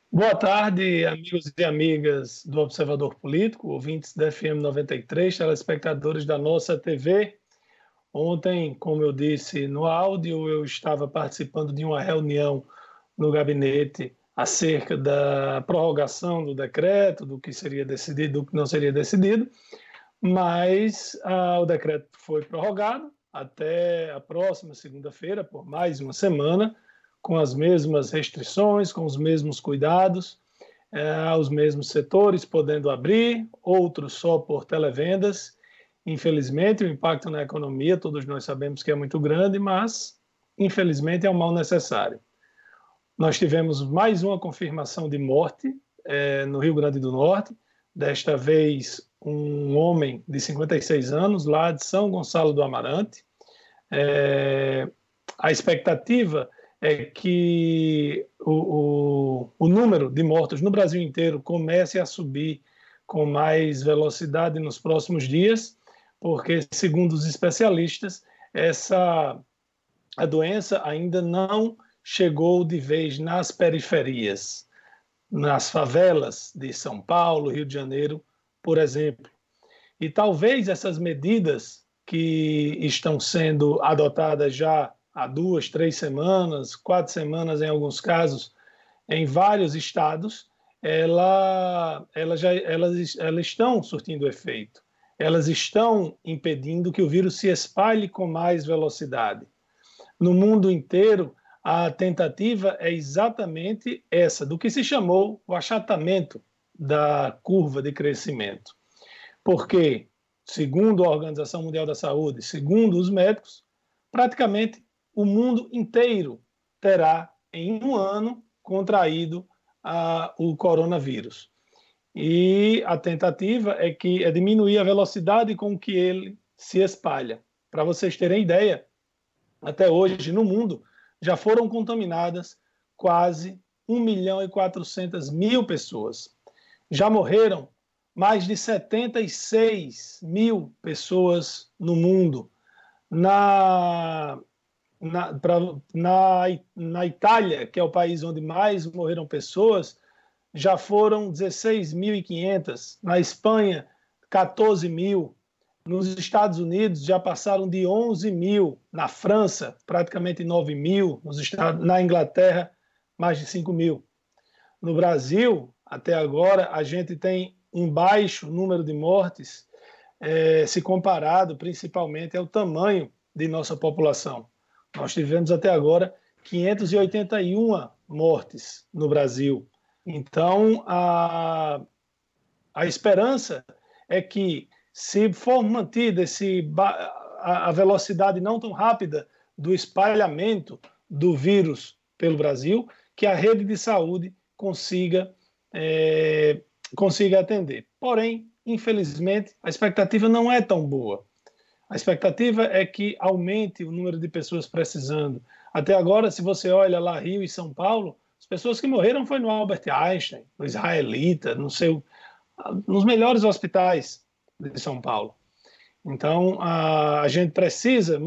Boa tarde, amigos e amigas do Observador Político, ouvintes da FM 93, telespectadores da nossa TV. Ontem, como eu disse no áudio, eu estava participando de uma reunião no gabinete acerca da prorrogação do decreto, do que seria decidido, do que não seria decidido, mas o decreto foi prorrogado até a próxima segunda-feira, por mais uma semana, com as mesmas restrições, com os mesmos cuidados, os mesmos setores podendo abrir, outros só por televendas. Infelizmente, o impacto na economia, todos nós sabemos que é muito grande, mas, infelizmente, é um mal necessário. Nós tivemos mais uma confirmação de morte no Rio Grande do Norte, desta vez um homem de 56 anos, lá de São Gonçalo do Amarante. A expectativa é que o número de mortos no Brasil inteiro comece a subir com mais velocidade nos próximos dias, porque, segundo os especialistas, a doença ainda não chegou de vez nas periferias, nas favelas de São Paulo, Rio de Janeiro, por exemplo. E talvez essas medidas que estão sendo adotadas já há 2, 3 semanas, 4 semanas em alguns casos, em vários estados, elas estão surtindo efeito. Elas estão impedindo que o vírus se espalhe com mais velocidade. No mundo inteiro, a tentativa é exatamente essa, do que se chamou o achatamento da curva de crescimento. Porque, segundo a Organização Mundial da Saúde, segundo os médicos, praticamente o mundo inteiro terá, em um ano, contraído o coronavírus. E a tentativa é diminuir a velocidade com que ele se espalha. Para vocês terem ideia, até hoje, no mundo, já foram contaminadas quase 1.400.000 pessoas. Já morreram mais de 76 mil pessoas no mundo. Na, na Itália, que é o país onde mais morreram pessoas, já foram 16.500. Na Espanha, 14 mil. Nos Estados Unidos já passaram de 11 mil. Na França, praticamente 9 mil. Na Inglaterra, mais de 5 mil. No Brasil, até agora, a gente tem um baixo número de mortes, se comparado principalmente ao tamanho de nossa população. Nós tivemos até agora 581 mortes no Brasil. Então, a esperança é que, se for mantida a velocidade não tão rápida do espalhamento do vírus pelo Brasil, que a rede de saúde consiga atender. Porém, infelizmente, a expectativa não é tão boa. A expectativa é que aumente o número de pessoas precisando. Até agora, se você olha lá Rio e São Paulo, as pessoas que morreram foi no Albert Einstein, no Israelita, nos melhores hospitais de São Paulo. Então, a gente precisa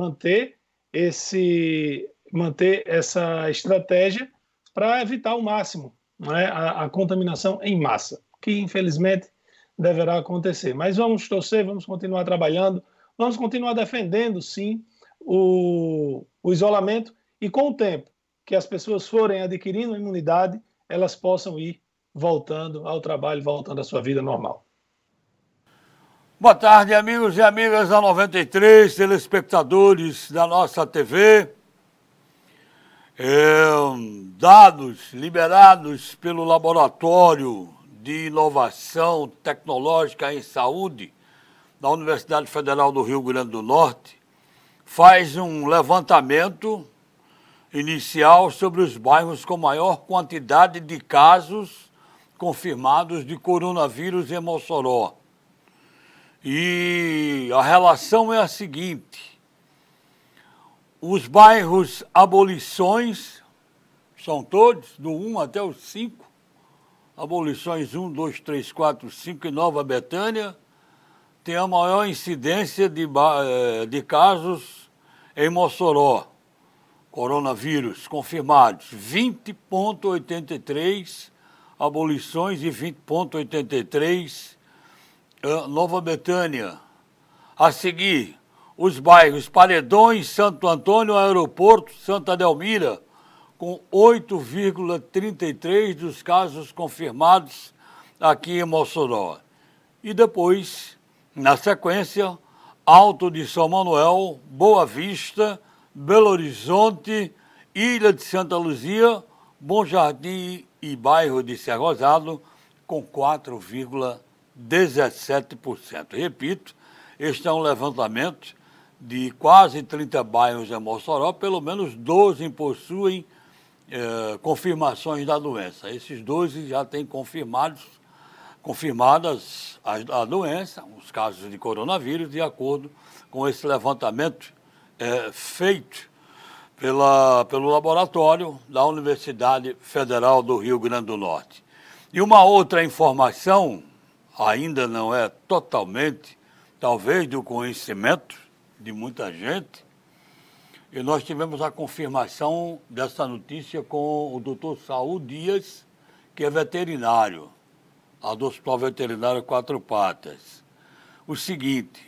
manter essa estratégia para evitar ao máximo, né, a contaminação em massa, que infelizmente deverá acontecer. Mas vamos torcer, vamos continuar trabalhando, vamos continuar defendendo, sim, o isolamento, e com o tempo que as pessoas forem adquirindo imunidade, elas possam ir voltando ao trabalho, voltando à sua vida normal. Boa tarde, amigos e amigas da 93, telespectadores da nossa TV. Dados liberados pelo Laboratório de Inovação Tecnológica em Saúde da Universidade Federal do Rio Grande do Norte faz um levantamento inicial sobre os bairros com maior quantidade de casos confirmados de coronavírus em Mossoró. E a relação é a seguinte: os bairros Abolições, são todos, do 1 até o 5, Abolições 1, 2, 3, 4, 5 e Nova Betânia, tem a maior incidência de casos em Mossoró, coronavírus confirmados, 20,83 Abolições e 20,83 Nova Betânia. A seguir, os bairros Paredões, Santo Antônio, Aeroporto, Santa Delmira, com 8,33 dos casos confirmados aqui em Mossoró. E depois, na sequência, Alto de São Manuel, Boa Vista, Belo Horizonte, Ilha de Santa Luzia, Bom Jardim e bairro de Serra Rosado, com 4,17%. Repito, este é um levantamento de quase 30 bairros em Mossoró, pelo menos 12 possuem confirmações da doença. Esses 12 já têm confirmadas a doença, os casos de coronavírus, de acordo com esse levantamento feito pelo laboratório da Universidade Federal do Rio Grande do Norte. E uma outra informação, ainda não é totalmente, talvez, do conhecimento de muita gente, e nós tivemos a confirmação dessa notícia com o doutor Saul Dias, que é veterinário, lá do Hospital Veterinário Quatro Patas. O seguinte,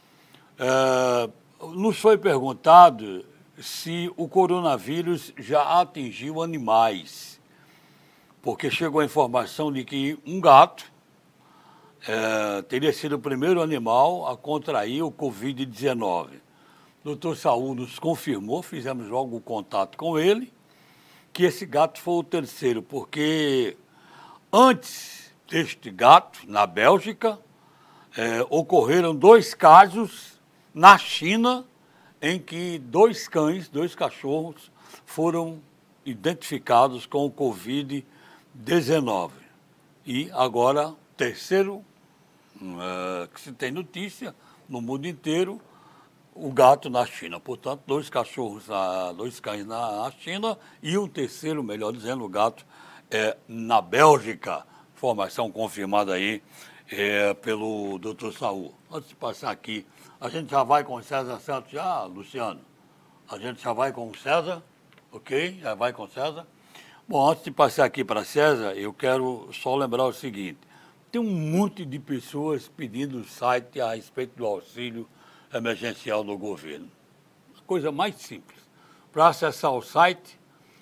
nos foi perguntado se o coronavírus já atingiu animais, porque chegou a informação de que um gato teria sido o primeiro animal a contrair o Covid-19. O doutor Saul nos confirmou, fizemos logo o contato com ele, que esse gato foi o terceiro, porque antes deste gato, na Bélgica, ocorreram 2 casos na China, em que 2 cães, 2 cachorros, foram identificados com o Covid-19. E agora, terceiro, que se tem notícia no mundo inteiro, o gato na China. Portanto, 2 cachorros, 2 cães na China e um terceiro, melhor dizendo, o gato na Bélgica. Informação confirmada aí pelo doutor Saul. Antes de passar aqui, a gente já vai com o César Santos já, Luciano? A gente já vai com o César, ok? Já vai com o César. Bom, antes de passar aqui para César, eu quero só lembrar o seguinte. Tem um monte de pessoas pedindo o site a respeito do auxílio emergencial do governo. A coisa mais simples. Para acessar o site,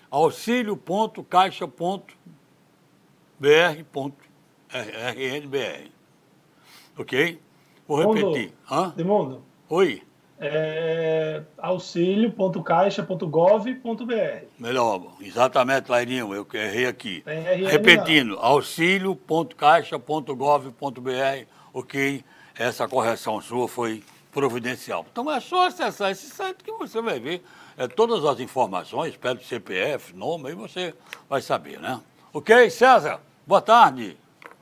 auxilio.caixa.br.rnbr. Ok? Vou repetir. Edmundo. Oi. Auxilio.caixa.gov.br. Melhor, exatamente, Lairinho, eu errei aqui. Repetindo, auxilio.caixa.gov.br, ok? Essa correção sua foi providencial. Então é só acessar esse site que você vai ver todas as informações, pede CPF, nome, aí você vai saber, né? Ok, César? Boa tarde.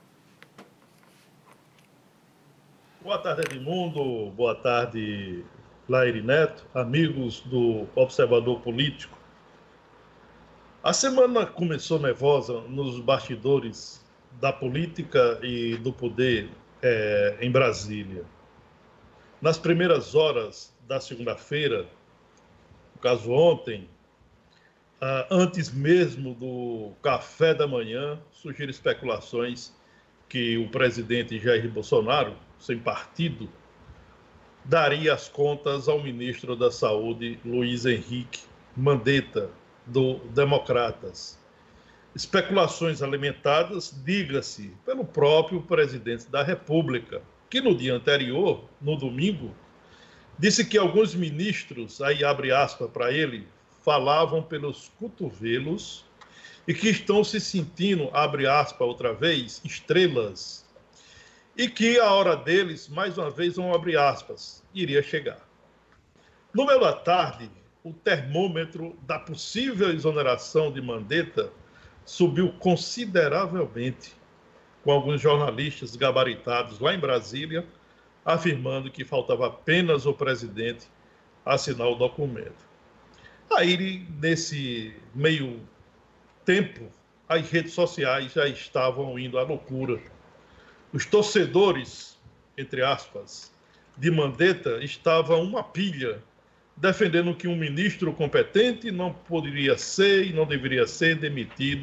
Boa tarde, Edmundo. Boa tarde, Laire Neto, amigos do Observador Político. A semana começou nervosa nos bastidores da política e do poder em Brasília. Nas primeiras horas da segunda-feira, no caso ontem, antes mesmo do café da manhã, surgiram especulações que o presidente Jair Bolsonaro, sem partido, daria as contas ao ministro da Saúde, Luiz Henrique Mandetta, do Democratas. Especulações alimentadas, diga-se, pelo próprio presidente da República, que no dia anterior, no domingo, disse que alguns ministros, aí abre aspas para ele, falavam pelos cotovelos e que estão se sentindo, abre aspas outra vez, estrelas, e que a hora deles, mais uma vez, vão abrir aspas, iria chegar. No meio da tarde, o termômetro da possível exoneração de Mandetta subiu consideravelmente, com alguns jornalistas gabaritados lá em Brasília, afirmando que faltava apenas o presidente assinar o documento. Aí, nesse meio tempo, as redes sociais já estavam indo à loucura. Os torcedores, entre aspas, de Mandetta estavam uma pilha, defendendo que um ministro competente não poderia ser e não deveria ser demitido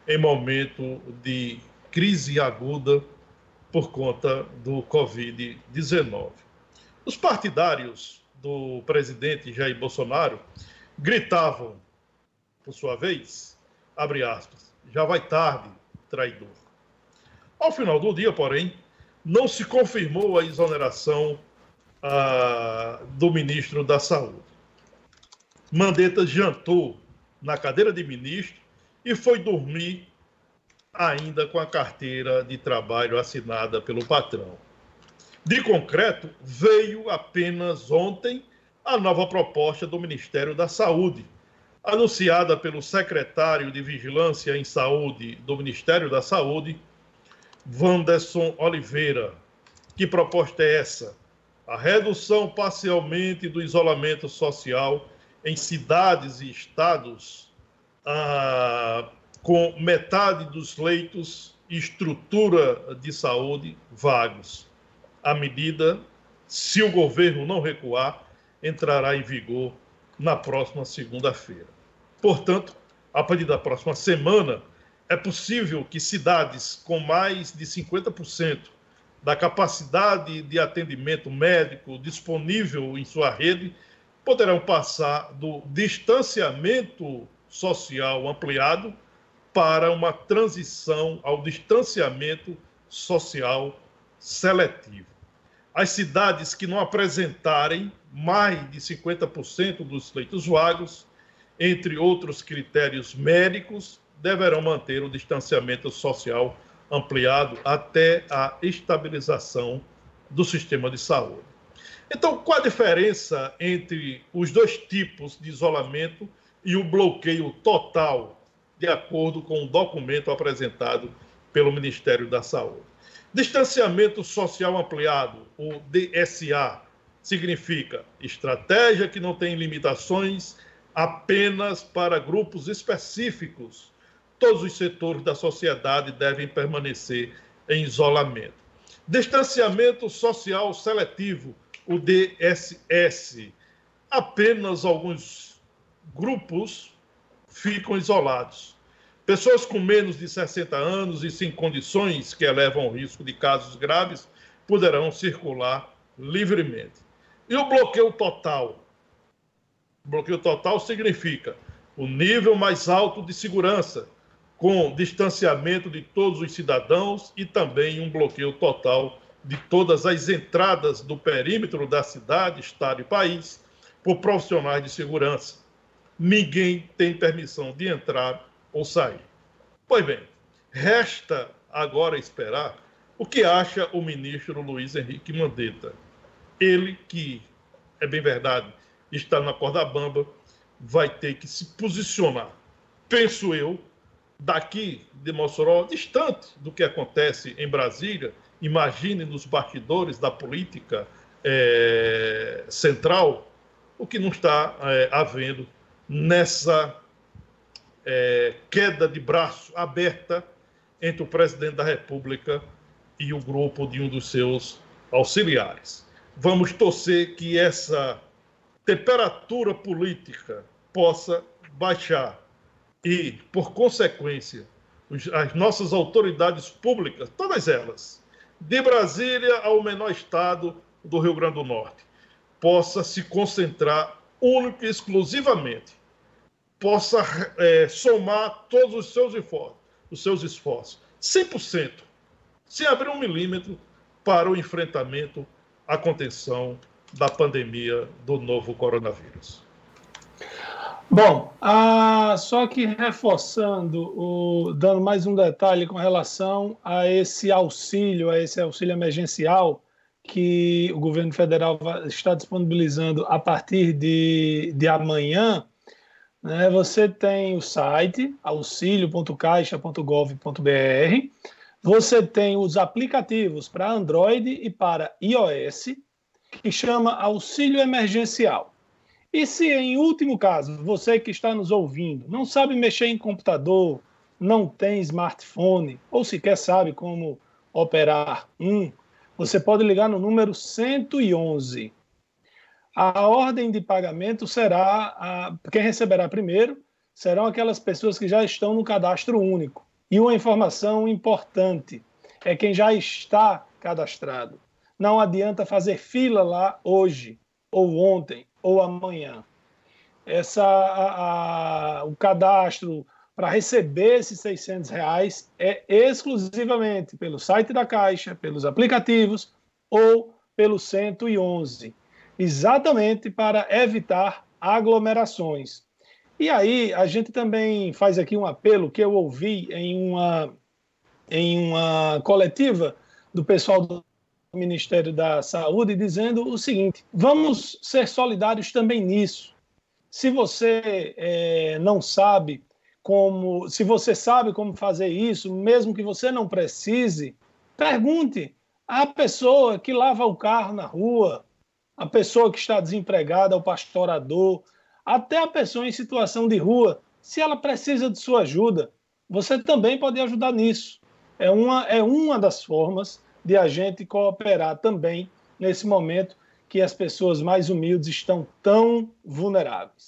em momento de crise aguda por conta do Covid-19. Os partidários do presidente Jair Bolsonaro gritavam, por sua vez, abre aspas, já vai tarde, traidor. Ao final do dia, porém, não se confirmou a exoneração do ministro da Saúde. Mandetta jantou na cadeira de ministro e foi dormir ainda com a carteira de trabalho assinada pelo patrão. De concreto, veio apenas ontem a nova proposta do Ministério da Saúde, anunciada pelo secretário de Vigilância em Saúde do Ministério da Saúde, Wanderson Oliveira. Que proposta é essa? A redução parcialmente do isolamento social em cidades e estados com metade dos leitos e estrutura de saúde vagos. A medida, se o governo não recuar, entrará em vigor na próxima segunda-feira. Portanto, a partir da próxima semana, é possível que cidades com mais de 50% da capacidade de atendimento médico disponível em sua rede poderão passar do distanciamento social ampliado para uma transição ao distanciamento social seletivo. As cidades que não apresentarem mais de 50% dos leitos vagos, entre outros critérios médicos, deverão manter o distanciamento social ampliado até a estabilização do sistema de saúde. Então, qual a diferença entre os dois tipos de isolamento e o bloqueio total, de acordo com o documento apresentado pelo Ministério da Saúde? Distanciamento social ampliado, o DSA, significa estratégia que não tem limitações apenas para grupos específicos. Todos os setores da sociedade devem permanecer em isolamento. Distanciamento social seletivo, o DSS. Apenas alguns grupos ficam isolados. Pessoas com menos de 60 anos e sem condições que elevam o risco de casos graves poderão circular livremente. E o bloqueio total? O bloqueio total significa o nível mais alto de segurança, com distanciamento de todos os cidadãos e também um bloqueio total de todas as entradas do perímetro da cidade, estado e país por profissionais de segurança. Ninguém tem permissão de entrar ou sair. Pois bem, resta agora esperar o que acha o ministro Luiz Henrique Mandetta. Ele, que, é bem verdade, está na corda bamba, vai ter que se posicionar, penso eu, daqui de Mossoró, distante do que acontece em Brasília, imagine nos bastidores da política central, o que não está havendo nessa queda de braço aberta entre o presidente da República e o grupo de um dos seus auxiliares. Vamos torcer que essa temperatura política possa baixar e, por consequência, as nossas autoridades públicas, todas elas, de Brasília ao menor estado do Rio Grande do Norte, possa se concentrar única e exclusivamente, possa somar todos os seus esforços, 100%, sem abrir um milímetro para o enfrentamento, a contenção da pandemia do novo coronavírus. Bom, só que reforçando, dando mais um detalhe com relação a esse auxílio emergencial que o governo federal está disponibilizando a partir de amanhã, né, você tem o site auxilio.caixa.gov.br, você tem os aplicativos para Android e para iOS, que chama Auxílio Emergencial. E se, em último caso, você que está nos ouvindo não sabe mexer em computador, não tem smartphone, ou sequer sabe como operar você pode ligar no número 111. A ordem de pagamento será, quem receberá primeiro serão aquelas pessoas que já estão no cadastro único. E uma informação importante é quem já está cadastrado. Não adianta fazer fila lá hoje, ou ontem, ou amanhã. O cadastro para receber esses R$ 600 é exclusivamente pelo site da Caixa, pelos aplicativos ou pelo 111, exatamente para evitar aglomerações. E aí a gente também faz aqui um apelo que eu ouvi em uma coletiva do pessoal do Ministério da Saúde dizendo o seguinte: vamos ser solidários também nisso. Se você não sabe como, se você sabe como fazer isso, mesmo que você não precise, pergunte à pessoa que lava o carro na rua, a pessoa que está desempregada, o pastorador, até a pessoa em situação de rua, se ela precisa de sua ajuda, você também pode ajudar nisso. É uma das formas de a gente cooperar também nesse momento que as pessoas mais humildes estão tão vulneráveis.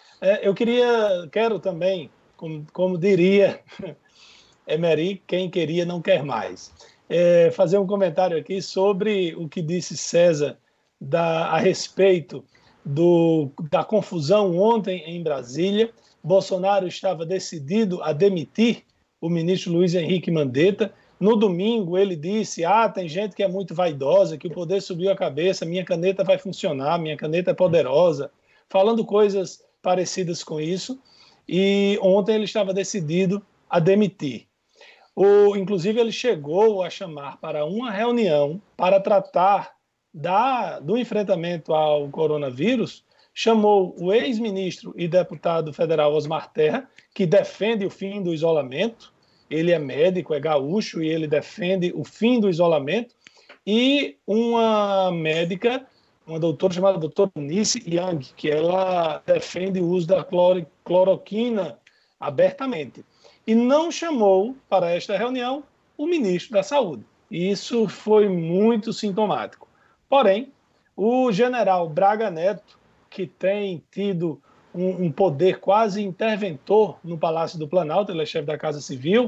Quero também, como diria Emery, quem queria não quer mais, fazer um comentário aqui sobre o que disse César a respeito da confusão ontem em Brasília. Bolsonaro estava decidido a demitir o ministro Luiz Henrique Mandetta. No domingo, ele disse: tem gente que é muito vaidosa, que o poder subiu a cabeça, minha caneta vai funcionar, minha caneta é poderosa, falando coisas parecidas com isso. E ontem ele estava decidido a demitir. Inclusive, ele chegou a chamar para uma reunião para tratar do enfrentamento ao coronavírus, chamou o ex-ministro e deputado federal Osmar Terra, que defende o fim do isolamento. Ele é médico, é gaúcho, e ele defende o fim do isolamento, e uma médica, uma doutora chamada doutora Nice Yang, que ela defende o uso da cloroquina abertamente. E não chamou para esta reunião o ministro da Saúde. Isso foi muito sintomático. Porém, o general Braga Neto, que tem tido um poder quase interventor no Palácio do Planalto, ele é chefe da Casa Civil,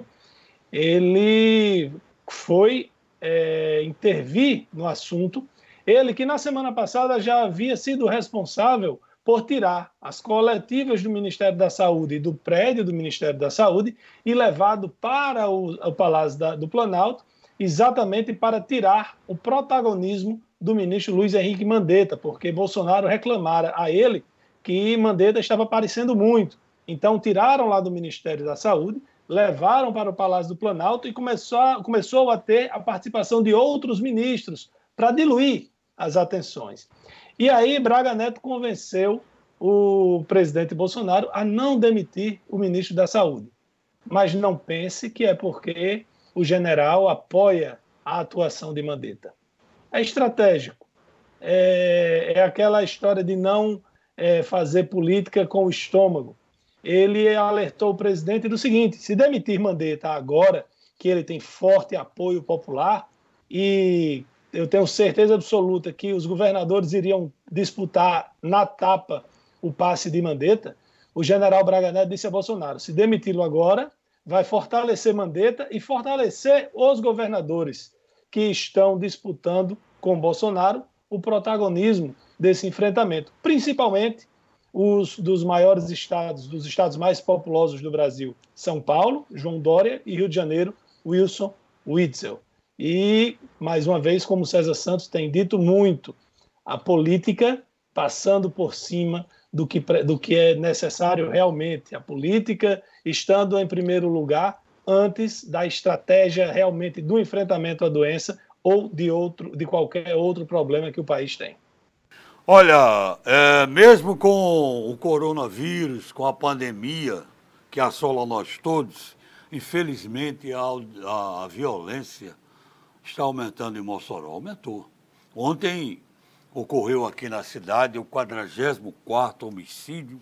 ele foi intervir no assunto. Ele que na semana passada já havia sido responsável por tirar as coletivas do Ministério da Saúde e do prédio do Ministério da Saúde e levado para o Palácio do Planalto, exatamente para tirar o protagonismo do ministro Luiz Henrique Mandetta, porque Bolsonaro reclamara a ele que Mandetta estava aparecendo muito. Então tiraram lá do Ministério da Saúde, levaram para o Palácio do Planalto e começou a ter a participação de outros ministros para diluir as atenções. E aí Braga Neto convenceu o presidente Bolsonaro a não demitir o ministro da Saúde. Mas não pense que é porque o general apoia a atuação de Mandetta. É estratégico. É aquela história de não fazer política com o estômago. Ele alertou o presidente do seguinte: se demitir Mandetta agora, que ele tem forte apoio popular, e eu tenho certeza absoluta que os governadores iriam disputar na tapa o passe de Mandetta, o general Braga Neto disse a Bolsonaro: se demiti-lo agora, vai fortalecer Mandetta e fortalecer os governadores que estão disputando com Bolsonaro o protagonismo desse enfrentamento, principalmente os dos maiores estados, dos estados mais populosos do Brasil: São Paulo, João Dória, e Rio de Janeiro, Wilson Witzel. E, mais uma vez, como César Santos tem dito muito, a política passando por cima do que é necessário realmente, a política estando em primeiro lugar antes da estratégia realmente do enfrentamento à doença ou de qualquer outro problema que o país tem. Olha, mesmo com o coronavírus, com a pandemia que assola nós todos, infelizmente a violência está aumentando em Mossoró. Aumentou. Ontem ocorreu aqui na cidade o 44º homicídio,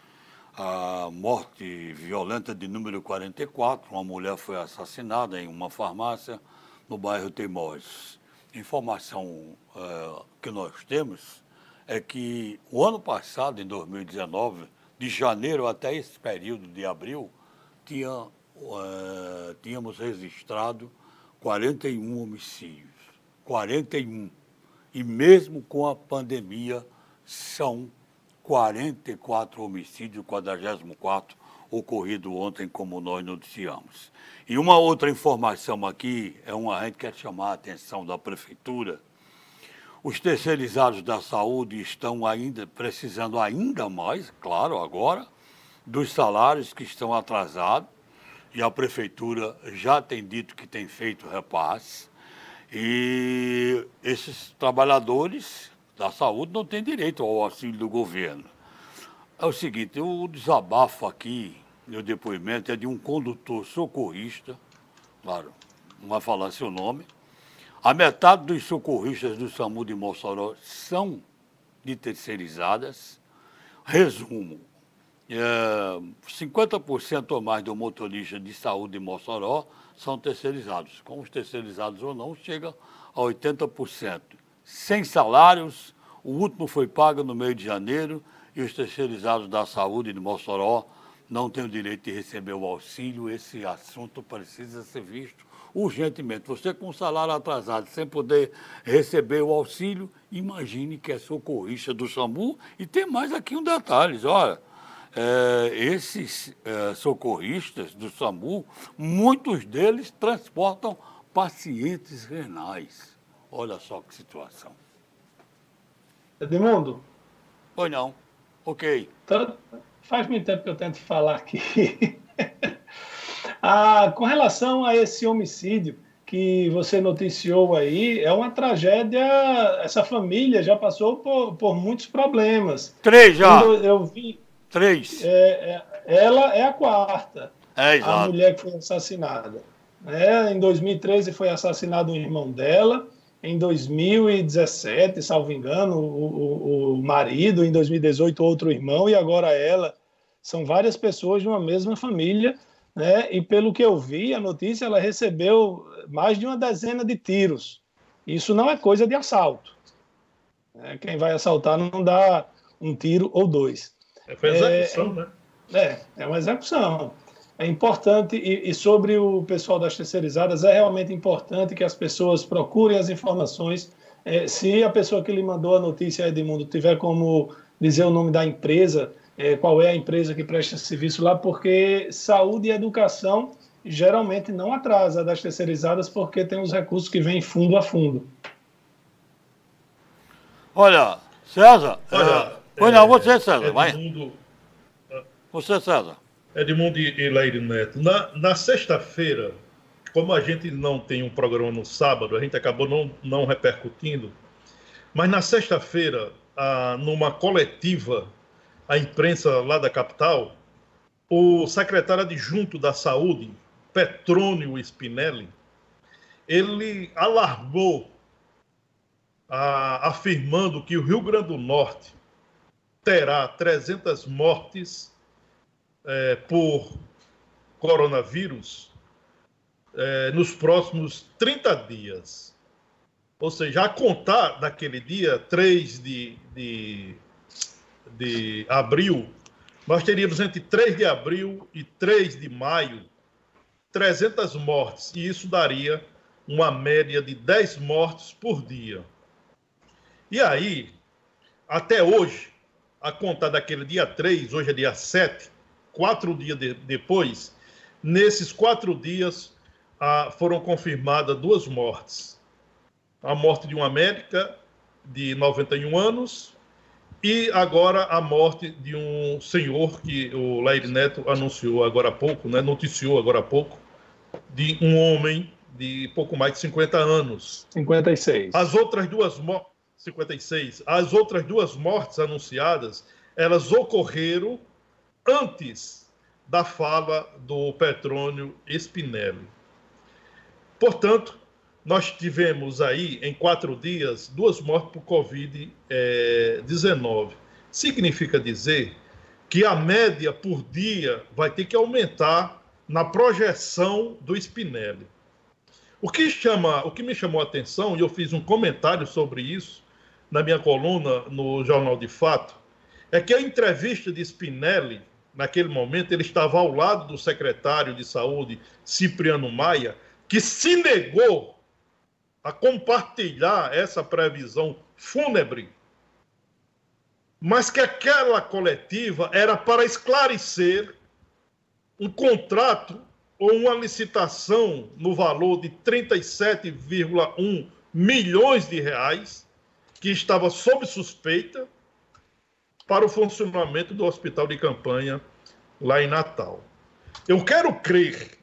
a morte violenta de número 44. Uma mulher foi assassinada em uma farmácia no bairro Teimós. Informação que nós temos é que o ano passado, em 2019, de janeiro até esse período de abril, tinha tínhamos registrado 41 homicídios. 41. E mesmo com a pandemia, são 44 homicídios, 44 ocorrido ontem, como nós noticiamos. E uma outra informação aqui, a gente quer chamar a atenção da Prefeitura. Os terceirizados da saúde estão ainda precisando ainda mais, claro, agora, dos salários que estão atrasados, e a Prefeitura já tem dito que tem feito repasse, e esses trabalhadores da saúde não têm direito ao auxílio do governo. É o seguinte, o desabafo aqui, meu depoimento, é de um condutor socorrista, claro, não vai falar seu nome. A metade dos socorristas do SAMU de Mossoró são de terceirizadas. Resumo, 50% ou mais do motorista de saúde de Mossoró são terceirizados. Com os terceirizados ou não, chega a 80%. Sem salários, o último foi pago no mês de janeiro e os terceirizados da saúde de Mossoró não têm o direito de receber o auxílio. Esse assunto precisa ser visto urgentemente. Você com salário atrasado, sem poder receber o auxílio, imagine que é socorrista do SAMU. E tem mais aqui um detalhe, olha, esses socorristas do SAMU, muitos deles transportam pacientes renais. Olha só que situação. Edmundo? Pois não. Ok. Então, faz muito tempo que eu tento falar aqui. Com relação a esse homicídio que você noticiou aí, é uma tragédia. Essa família já passou por muitos problemas. 3 já. Quando eu vi. 3. Ela é a quarta. Exato. A mulher que foi assassinada. Em 2013 foi assassinado um irmão dela. Em 2017, salvo engano, o marido. Em 2018, outro irmão. E agora ela. São várias pessoas de uma mesma família. E pelo que eu vi, a notícia, ela recebeu mais de uma dezena de tiros. Isso não é coisa de assalto. Quem vai assaltar não dá um tiro ou dois. Foi execução, né? É uma execução. É importante, e sobre o pessoal das terceirizadas, é realmente importante que as pessoas procurem as informações. Se a pessoa que lhe mandou a notícia, Edmundo, tiver como dizer o nome da empresa, qual é a empresa que presta serviço lá, porque saúde e educação geralmente não atrasa das terceirizadas, porque tem os recursos que vêm fundo a fundo. Olha, César... você, César, vai. Você, César. Edmundo e Laire Neto. Na sexta-feira, como a gente não tem um programa no sábado, a gente acabou não repercutindo, mas na sexta-feira, numa coletiva, a imprensa lá da capital, o secretário adjunto da Saúde, Petrônio Spinelli, ele alarmou, afirmando que o Rio Grande do Norte terá 300 mortes por coronavírus nos próximos 30 dias. Ou seja, a contar daquele dia 3 de abril, nós teríamos entre 3 de abril e 3 de maio 300 mortes, e isso daria uma média de 10 mortes por dia. E aí, até hoje, a contar daquele dia 3, hoje é dia 7, 4 dias depois, nesses 4 dias foram confirmadas 2 mortes. A morte de uma médica de 91 anos e agora a morte de um senhor que o Laire Neto anunciou agora há pouco, noticiou agora há pouco, de um homem de pouco mais de 50 anos. 56. As outras 56. As outras 2 mortes anunciadas, elas ocorreram antes da fala do Petrônio Spinelli. Portanto, nós tivemos aí, em 4 dias, 2 mortes por Covid-19. Significa dizer que a média por dia vai ter que aumentar na projeção do Spinelli. O que me chamou a atenção, e eu fiz um comentário sobre isso na minha coluna no Jornal de Fato, é que a entrevista de Spinelli naquele momento, ele estava ao lado do secretário de Saúde, Cipriano Maia, que se negou a compartilhar essa previsão fúnebre, mas que aquela coletiva era para esclarecer um contrato ou uma licitação no valor de 37,1 milhões de reais, que estava sob suspeita para o funcionamento do hospital de campanha lá em Natal. Eu quero crer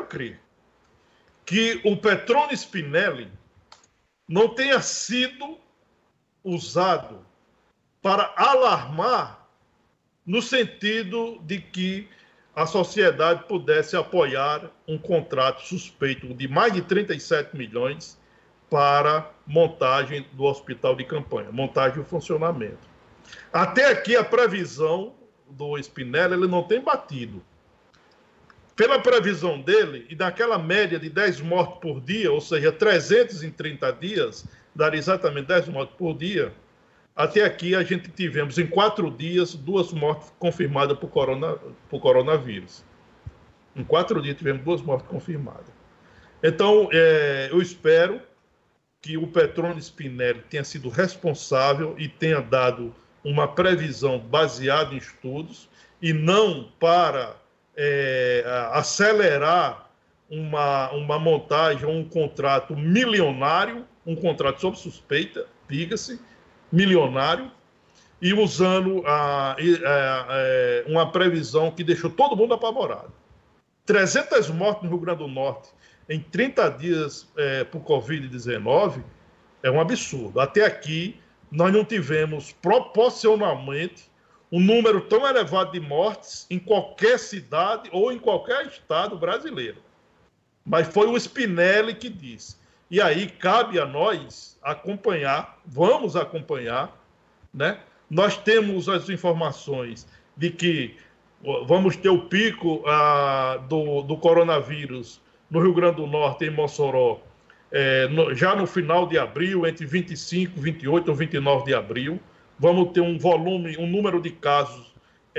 que o Petrone Spinelli não tenha sido usado para alarmar no sentido de que a sociedade pudesse apoiar um contrato suspeito de mais de 37 milhões para montagem do hospital de campanha, montagem e funcionamento. Até aqui a previsão do Spinelli ele não tem batido. Pela previsão dele, e naquela média de 10 mortes por dia, ou seja, 300 em 30 dias, daria exatamente 10 mortes por dia, até aqui a gente tivemos em 4 dias 2 mortes confirmadas por coronavírus. Em 4 dias tivemos 2 mortes confirmadas. Então, eu espero que o Petrone Spinelli tenha sido responsável e tenha dado uma previsão baseada em estudos e não para acelerar uma montagem ou um contrato milionário, um contrato sob suspeita, diga-se, milionário, e usando uma previsão que deixou todo mundo apavorado. 300 mortes no Rio Grande do Norte em 30 dias por Covid-19 é um absurdo. Até aqui, nós não tivemos proporcionalmente um número tão elevado de mortes em qualquer cidade ou em qualquer estado brasileiro. Mas foi o Spinelli que disse. E aí cabe a nós acompanhar, vamos acompanhar, né? Nós temos as informações de que vamos ter o pico do coronavírus no Rio Grande do Norte, em Mossoró, já no final de abril, entre 25, 28 ou 29 de abril. Vamos ter um número de casos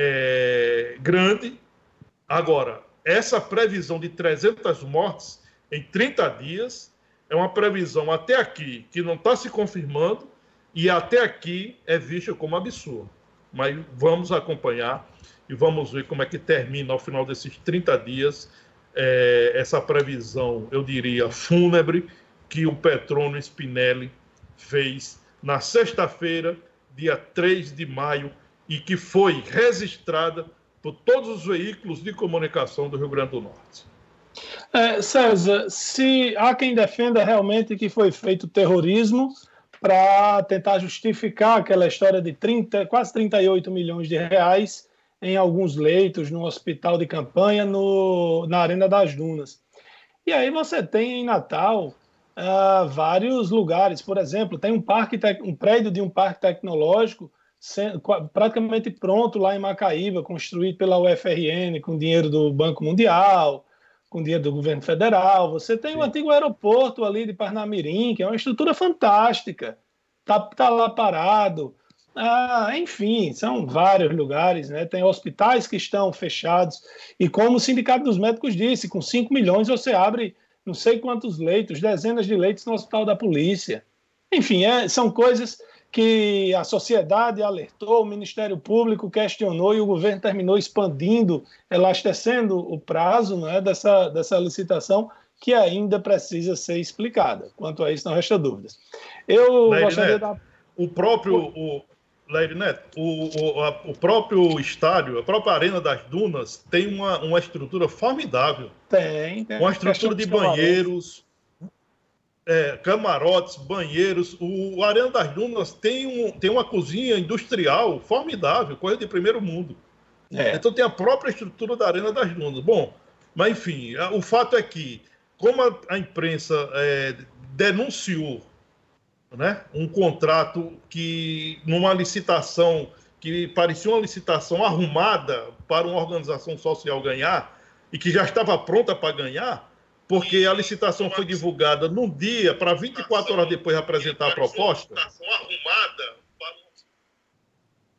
grande. Agora, essa previsão de 300 mortes em 30 dias é uma previsão até aqui que não está se confirmando e até aqui é vista como absurdo. Mas vamos acompanhar e vamos ver como é que termina ao final desses 30 dias essa previsão, eu diria, fúnebre, que o Petrone Spinelli fez na sexta-feira, dia 3 de maio, e que foi registrada por todos os veículos de comunicação do Rio Grande do Norte. César, se há quem defenda realmente que foi feito terrorismo para tentar justificar aquela história de quase 38 milhões de reais em alguns leitos no hospital de campanha na Arena das Dunas. E aí você tem em Natal vários lugares, por exemplo, tem um prédio de um parque tecnológico praticamente pronto lá em Macaíba, construído pela UFRN com dinheiro do Banco Mundial, com dinheiro do governo federal. Você tem o antigo aeroporto ali de Parnamirim, que é uma estrutura fantástica, tá lá parado. Enfim, são vários lugares, né? Tem hospitais que estão fechados, e como o Sindicato dos Médicos disse, com 5 milhões você abre não sei quantos leitos, dezenas de leitos no Hospital da Polícia. Enfim, são coisas que a sociedade alertou, o Ministério Público questionou e o governo terminou expandindo, elastecendo o prazo, né, dessa licitação, que ainda precisa ser explicada. Quanto a isso, não resta dúvidas. Eu gostaria da... Laire Neto, o próprio estádio, a própria Arena das Dunas tem uma estrutura formidável. Tem. Uma estrutura de banheiros, camarotes, banheiros. O Arena das Dunas tem uma cozinha industrial formidável, coisa de primeiro mundo. Então tem a própria estrutura da Arena das Dunas. Bom, mas enfim, o fato é que, como a imprensa denunciou, né, um contrato que, numa licitação que parecia uma licitação arrumada para uma organização social ganhar e que já estava pronta para ganhar, porque a licitação foi divulgada num dia para 24 horas depois apresentar a proposta.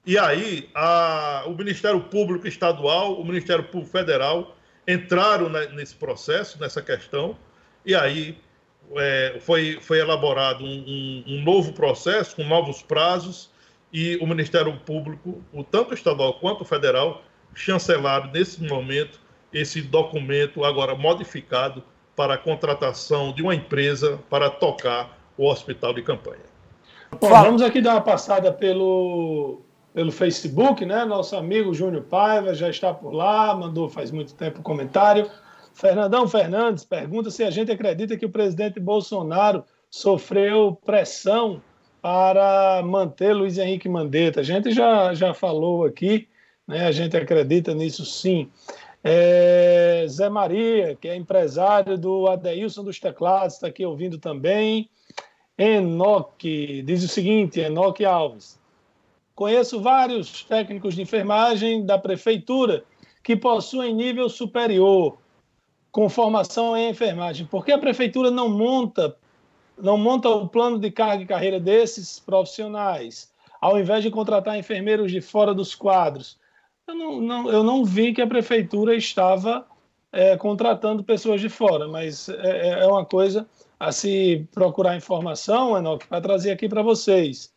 E aí o Ministério Público Estadual, o Ministério Público Federal entraram nesse processo, nessa questão, e aí foi elaborado um novo processo, com novos prazos, e o Ministério Público, tanto estadual quanto federal, chancelaram nesse momento esse documento agora modificado para a contratação de uma empresa para tocar o hospital de campanha. Bom, vamos aqui dar uma passada pelo Facebook, né? Nosso amigo Júnior Paiva já está por lá, mandou faz muito tempo um comentário. Fernandão Fernandes pergunta se a gente acredita que o presidente Bolsonaro sofreu pressão para manter Luiz Henrique Mandetta. A gente já falou aqui, né? A gente acredita nisso sim. Zé Maria, que é empresário do Adeilson dos Teclados, está aqui ouvindo também. Enoque diz o seguinte, Enoque Alves: conheço vários técnicos de enfermagem da prefeitura que possuem nível superior, com formação em enfermagem. Por que a prefeitura não monta o plano de carga e carreira desses profissionais, ao invés de contratar enfermeiros de fora dos quadros? Eu não vi que a prefeitura estava contratando pessoas de fora, mas é uma coisa a se procurar informação, Enoque, para trazer aqui para vocês.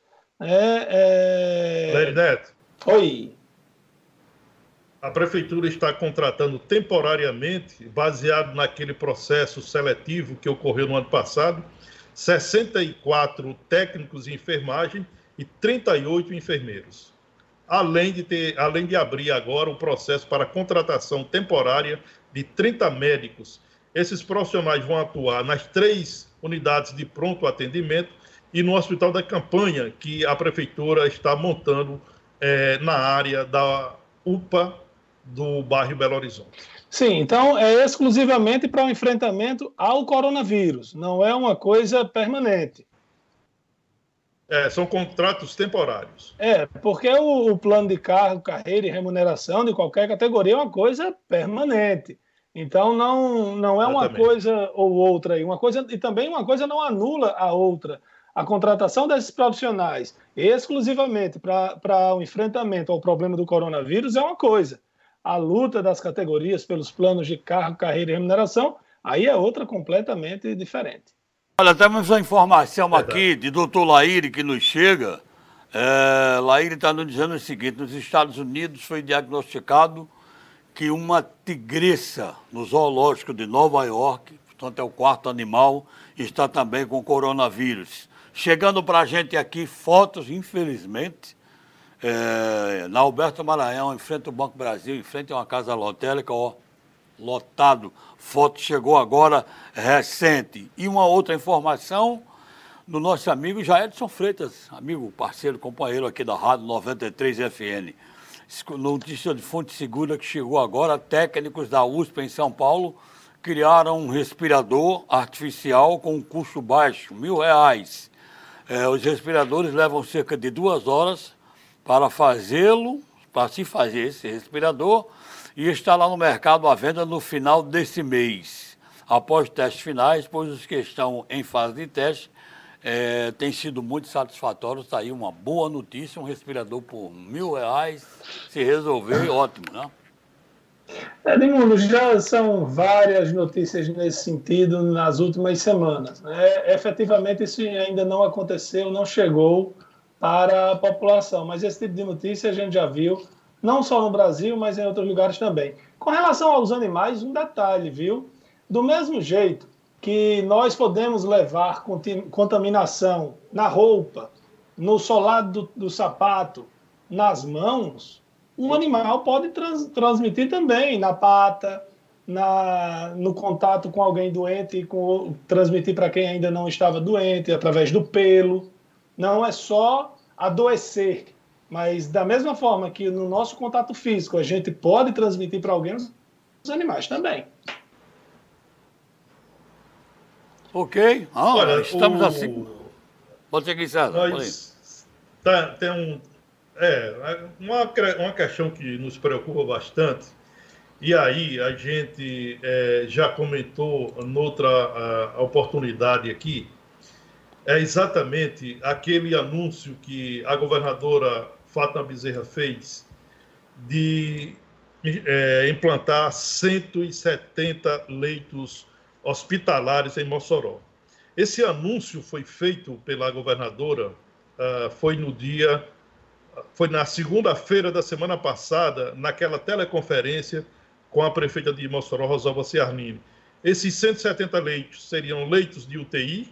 Leire Neto. Oi. A prefeitura está contratando temporariamente, baseado naquele processo seletivo que ocorreu no ano passado, 64 técnicos em enfermagem e 38 enfermeiros. Além de abrir agora o processo para contratação temporária de 30 médicos. Esses profissionais vão atuar nas 3 unidades de pronto atendimento e no hospital da campanha que a prefeitura está montando na área da UPA do bairro Belo Horizonte. Sim, então é exclusivamente para o enfrentamento ao coronavírus, não é uma coisa permanente. São contratos temporários. Porque o plano de cargo, carreira e remuneração de qualquer categoria é uma coisa permanente. Então não é uma coisa ou outra aí, e também uma coisa não anula a outra. A contratação desses profissionais exclusivamente para o enfrentamento ao problema do coronavírus é uma coisa. A luta das categorias pelos planos de cargo, carreira e remuneração, aí é outra completamente diferente. Olha, temos uma informação aqui de doutor Laíre que nos chega. Laíre está nos dizendo o seguinte: nos Estados Unidos foi diagnosticado que uma tigresa no zoológico de Nova York, portanto é o 4º animal, está também com coronavírus. Chegando para a gente aqui fotos, infelizmente, na Alberto Maranhão, em frente ao Banco Brasil, em frente a uma casa lotérica, lotado. Foto chegou agora recente. E uma outra informação do nosso amigo Jaedson Freitas, amigo, parceiro, companheiro aqui da Rádio 93 FN. Notícia de fonte segura que chegou agora: técnicos da USP em São Paulo criaram um respirador artificial com um custo baixo, R$1.000. Os respiradores levam cerca de 2 horas para se fazer esse respirador, e está lá no mercado à venda no final desse mês. Após testes finais, pois os que estão em fase de teste têm sido muito satisfatórios. Está aí uma boa notícia, um respirador por R$1.000, se resolver, ótimo, né? Edmundo, já são várias notícias nesse sentido nas últimas semanas. Efetivamente, isso ainda não aconteceu, não chegou para a população, mas esse tipo de notícia a gente já viu, não só no Brasil, mas em outros lugares também. Com relação aos animais, um detalhe, viu? Do mesmo jeito que nós podemos levar contaminação na roupa, no solado do sapato, nas mãos, um animal pode transmitir também na pata, no contato com alguém doente, transmitir para quem ainda não estava doente, através do pelo. Não é só adoecer, mas da mesma forma que no nosso contato físico a gente pode transmitir para alguém, os animais também. Ok. Olha, estamos assim. Pode seguir, César. Tem uma questão que nos preocupa bastante, e aí a gente já comentou noutra oportunidade aqui, é exatamente aquele anúncio que a governadora Fátima Bezerra fez de implantar 170 leitos hospitalares em Mossoró. Esse anúncio foi feito pela governadora, foi na segunda-feira da semana passada, naquela teleconferência com a prefeita de Mossoró, Rosalba Ciarnini. Esses 170 leitos seriam leitos de UTI,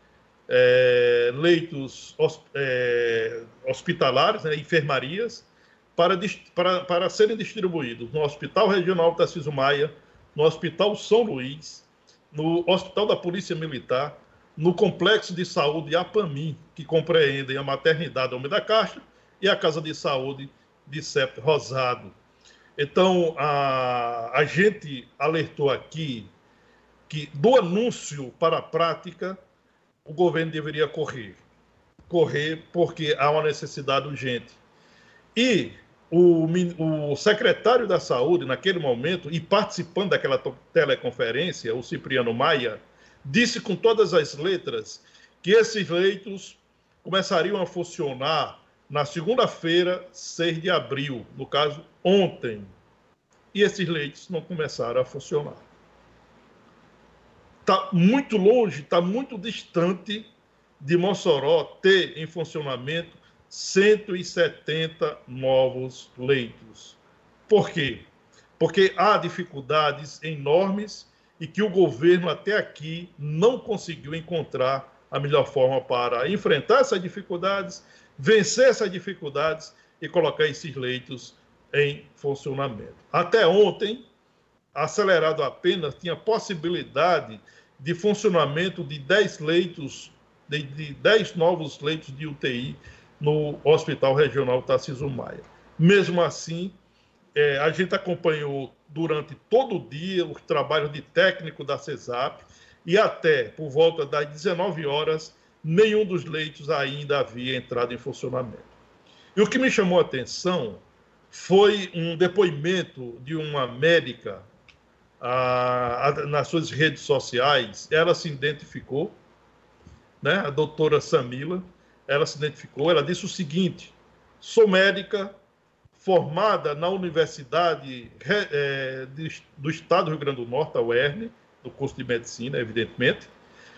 leitos hospitalares, né, enfermarias, para serem distribuídos no Hospital Regional Tarcísio Maia, no Hospital São Luís, no Hospital da Polícia Militar, no Complexo de Saúde Apamim, que compreendem a Maternidade Homem da Caixa e a Casa de Saúde de Séptimo Rosado. Então, a gente alertou aqui que do anúncio para a prática, o governo deveria correr porque há uma necessidade urgente. E o secretário da Saúde, naquele momento, e participando daquela teleconferência, o Cipriano Maia, disse com todas as letras que esses leitos começariam a funcionar na segunda-feira, 6 de abril, no caso, ontem. E esses leitos não começaram a funcionar. Está muito longe, está muito distante de Mossoró ter em funcionamento 170 novos leitos. Por quê? Porque há dificuldades enormes e que o governo até aqui não conseguiu encontrar a melhor forma para enfrentar essas dificuldades, vencer essas dificuldades e colocar esses leitos em funcionamento. Até ontem, acelerado apenas, tinha possibilidade de funcionamento de 10 leitos, de 10 novos leitos de UTI no Hospital Regional Tarcísio Maia. Mesmo assim, a gente acompanhou durante todo o dia os trabalhos de técnico da CESAP e até por volta das 19 horas, nenhum dos leitos ainda havia entrado em funcionamento. E o que me chamou a atenção foi um depoimento de uma médica nas suas redes sociais. Ela se identificou, né, a doutora Samila, ela se identificou, ela disse o seguinte: sou médica formada na Universidade do Estado do Rio Grande do Norte, a UERN, no curso de Medicina, evidentemente,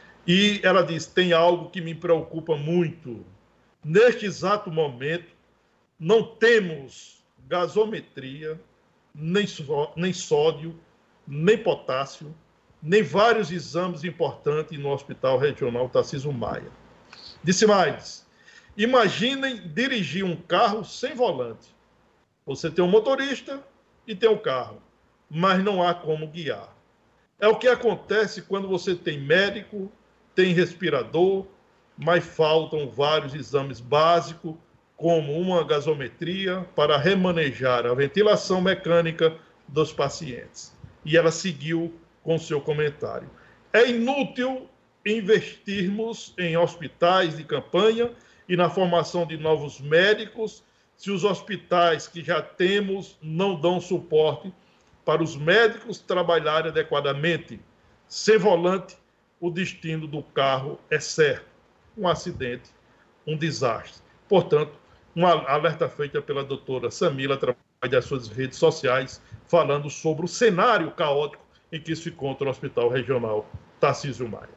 e ela disse, tem algo que me preocupa muito. Neste exato momento, não temos gasometria, nem sódio, nem potássio, nem vários exames importantes no Hospital Regional Tarcísio Maia. Disse mais, imaginem dirigir um carro sem volante. Você tem um motorista e tem um carro, mas não há como guiar. É o que acontece quando você tem médico, tem respirador, mas faltam vários exames básicos, como uma gasometria para remanejar a ventilação mecânica dos pacientes. E ela seguiu com seu comentário. É inútil investirmos em hospitais de campanha e na formação de novos médicos se os hospitais que já temos não dão suporte para os médicos trabalharem adequadamente. Sem volante, o destino do carro é certo. Um acidente, um desastre. Portanto, uma alerta feita pela doutora Samila, através das suas redes sociais, falando sobre o cenário caótico em que se encontra o Hospital Regional Tarcísio Maia.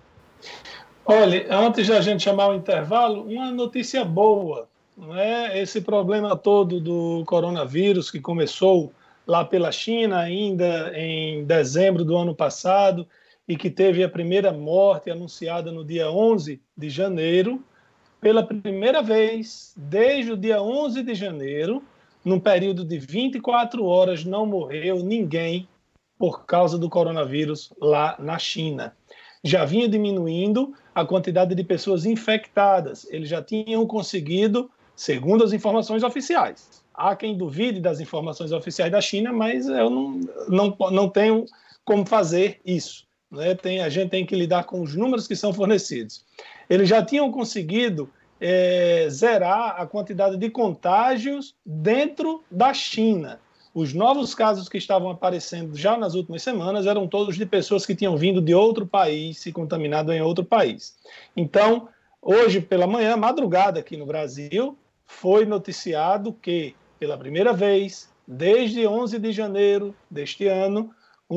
Olha, antes de a gente chamar o intervalo, uma notícia boa, não é? Esse problema todo do coronavírus que começou lá pela China ainda em dezembro do ano passado e que teve a primeira morte anunciada no dia 11 de janeiro, pela primeira vez desde o dia 11 de janeiro, num período de 24 horas, não morreu ninguém por causa do coronavírus lá na China. Já vinha diminuindo a quantidade de pessoas infectadas. Eles já tinham conseguido, segundo as informações oficiais. Há quem duvide das informações oficiais da China, mas eu não tenho como fazer isso, né? A gente tem que lidar com os números que são fornecidos. Eles já tinham conseguido zerar a quantidade de contágios dentro da China. Os novos casos que estavam aparecendo já nas últimas semanas eram todos de pessoas que tinham vindo de outro país, se contaminado em outro país. Então, hoje pela manhã, madrugada aqui no Brasil, foi noticiado que, pela primeira vez, desde 11 de janeiro deste ano,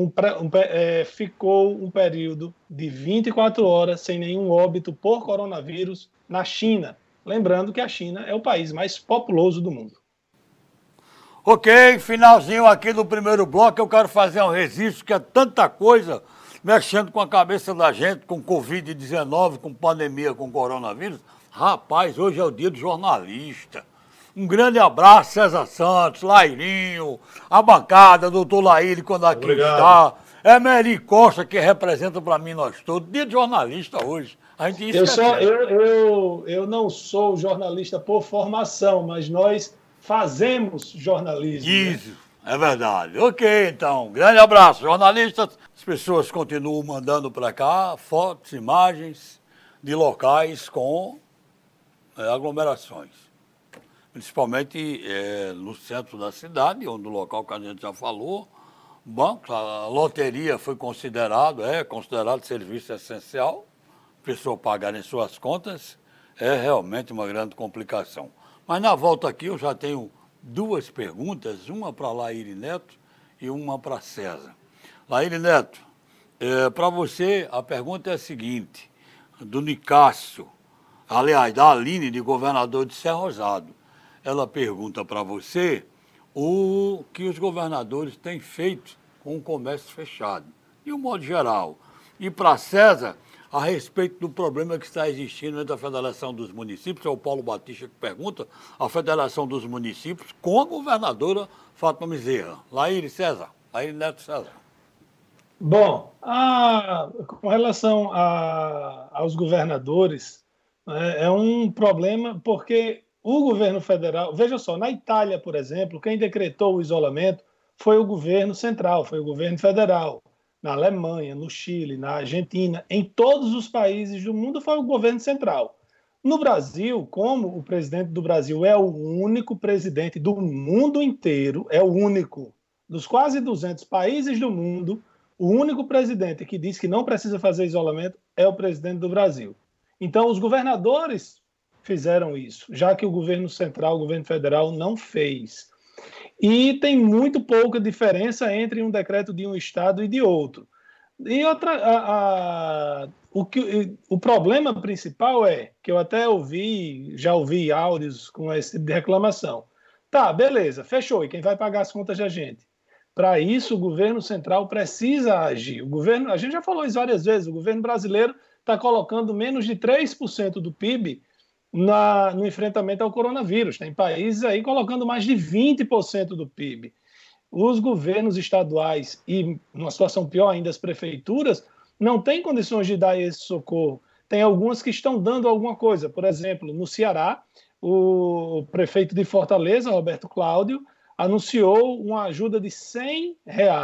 ficou um período de 24 horas sem nenhum óbito por coronavírus na China. Lembrando que a China é o país mais populoso do mundo. Ok, finalzinho aqui do primeiro bloco, eu quero fazer um registro, que é tanta coisa mexendo com a cabeça da gente, com Covid-19, com pandemia, com coronavírus. Rapaz, hoje é o dia do jornalista. Um grande abraço, César Santos, Lairinho, a bancada, doutor Laíri, quando aqui está. É Meri Costa, que representa para mim nós todos. Dia de jornalista hoje. A gente eu não sou jornalista por formação, mas nós fazemos jornalismo. Isso, né? É verdade. Ok, então, grande abraço. Jornalistas, as pessoas continuam mandando para cá fotos, imagens de locais com aglomerações. Principalmente no centro da cidade, onde o local que a gente já falou, banco, a loteria foi considerado serviço essencial, a pessoa pagar em suas contas, é realmente uma grande complicação. Mas na volta aqui eu já tenho duas perguntas, uma para Laíri Neto e uma para César. Laíri Neto, para você a pergunta é a seguinte, do Nicásio, aliás, da Aline, de governador de Serra Rosado. Ela pergunta para você o que os governadores têm feito com o comércio fechado, de um modo geral. E para César, a respeito do problema que está existindo entre a Federação dos Municípios, é o Paulo Batista que pergunta, a Federação dos Municípios com a governadora Fátima Bezerra. Laíri, César. Laíri Neto, César. Bom, com relação aos governadores, é um problema porque o governo federal, veja só, na Itália, por exemplo, quem decretou o isolamento foi o governo central, foi o governo federal. Na Alemanha, no Chile, na Argentina, em todos os países do mundo foi o governo central. No Brasil, como o presidente do Brasil é o único presidente do mundo inteiro, é o único, dos quase 200 países do mundo, o único presidente que diz que não precisa fazer isolamento é o presidente do Brasil. Então, os governadores fizeram isso, já que o governo central, o governo federal, não fez. E tem muito pouca diferença entre um decreto de um estado e de outro. E o problema principal é, que eu até já ouvi áudios com esse tipo de reclamação. Tá, beleza, fechou, e quem vai pagar as contas da gente? Para isso, o governo central precisa agir. A gente já falou isso várias vezes, o governo brasileiro está colocando menos de 3% do PIB no enfrentamento ao coronavírus. Tem países aí colocando mais de 20% do PIB. Os governos estaduais e, numa situação pior ainda, as prefeituras, não têm condições de dar esse socorro. Tem algumas que estão dando alguma coisa. Por exemplo, no Ceará, o prefeito de Fortaleza, Roberto Cláudio, anunciou uma ajuda de R$100